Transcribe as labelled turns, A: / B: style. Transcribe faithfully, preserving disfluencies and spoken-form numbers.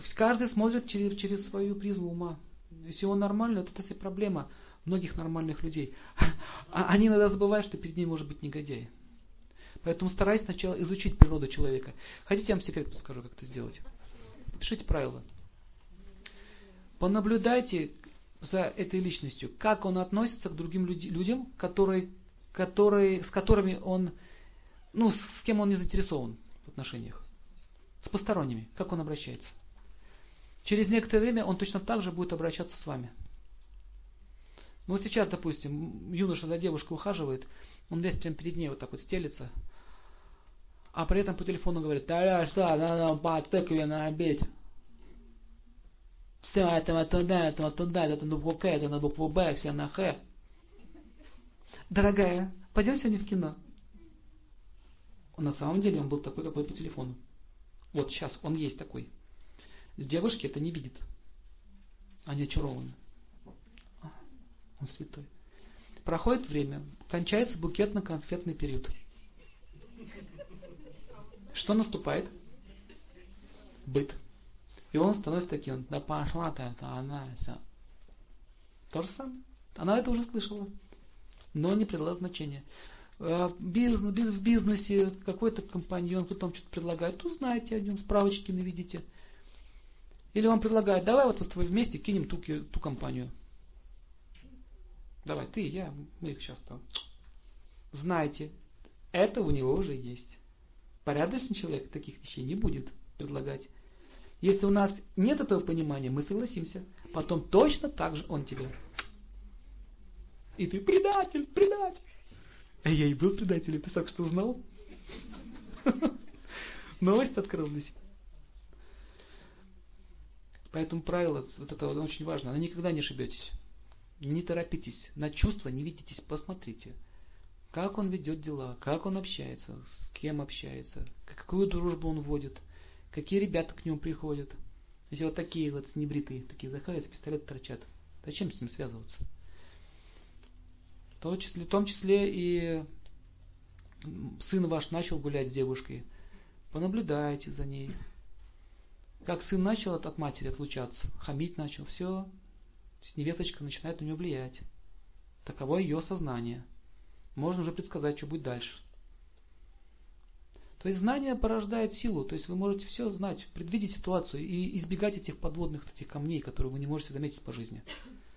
A: каждый смотрит через, через свою призму ума. Если он нормальный, это, кстати, проблема многих нормальных людей. А они иногда забывают, что перед ним может быть негодяй. Поэтому старайтесь сначала изучить природу человека. Хотите, я вам секрет подскажу, как это сделать? Пишите правила. Понаблюдайте за этой личностью, как он относится к другим люди, людям, которые, которые, с которыми он, ну, с кем он не заинтересован в отношениях. С посторонними, как он обращается. Через некоторое время он точно так же будет обращаться с вами. Ну вот сейчас, допустим, юноша за девушкой ухаживает, он здесь прямо перед ней вот так вот стелится, а при этом по телефону говорит: да что, надо по тыкве на обед. Все, этого туда, этого туда, это на букву К, это на букву Б, все на Х. Дорогая, пойдем сегодня в кино. На самом деле он был такой, какой по телефону. Вот сейчас он есть такой. Девушки это не видят. Они очарованы. Он святой. Проходит время, кончается букетно-конфетный период. Что наступает? Быт. И он становится таким: да пошла-то это она, все. То же самое. Она это уже слышала, но не придала значения. Бизнес, бизнес, в бизнесе какой-то компаньон потом что-то предлагает, узнаете о нем, справочки наведите. Или вам предлагают: давай вот мы с тобой вместе кинем ту, ту компанию. Давай, ты и я, мы их сейчас там. Знаете, это у него уже есть. Порядочный человек таких вещей не будет предлагать. Если у нас нет этого понимания, мы согласимся. Потом точно так же он тебе. И ты: предатель, предатель. А я и был предателем, ты только что узнал? Новость открылась. Поэтому правило, вот это очень важно. Вы никогда не ошибетесь. Не торопитесь. На чувства не ведитесь. Посмотрите, как он ведет дела, как он общается, с кем общается, какую дружбу он вводит, какие ребята к нему приходят. Если вот такие вот небритые, такие заходят, пистолет торчат. Зачем с ним связываться? В том числе, в том числе и сын ваш начал гулять с девушкой. Понаблюдайте за ней. Как сын начал от, от матери отлучаться, хамить начал, все, невесточка начинает на него влиять. Таково ее сознание. Можно уже предсказать, что будет дальше. То есть знание порождает силу. То есть вы можете все знать, предвидеть ситуацию и избегать этих подводных этих камней, которые вы не можете заметить по жизни.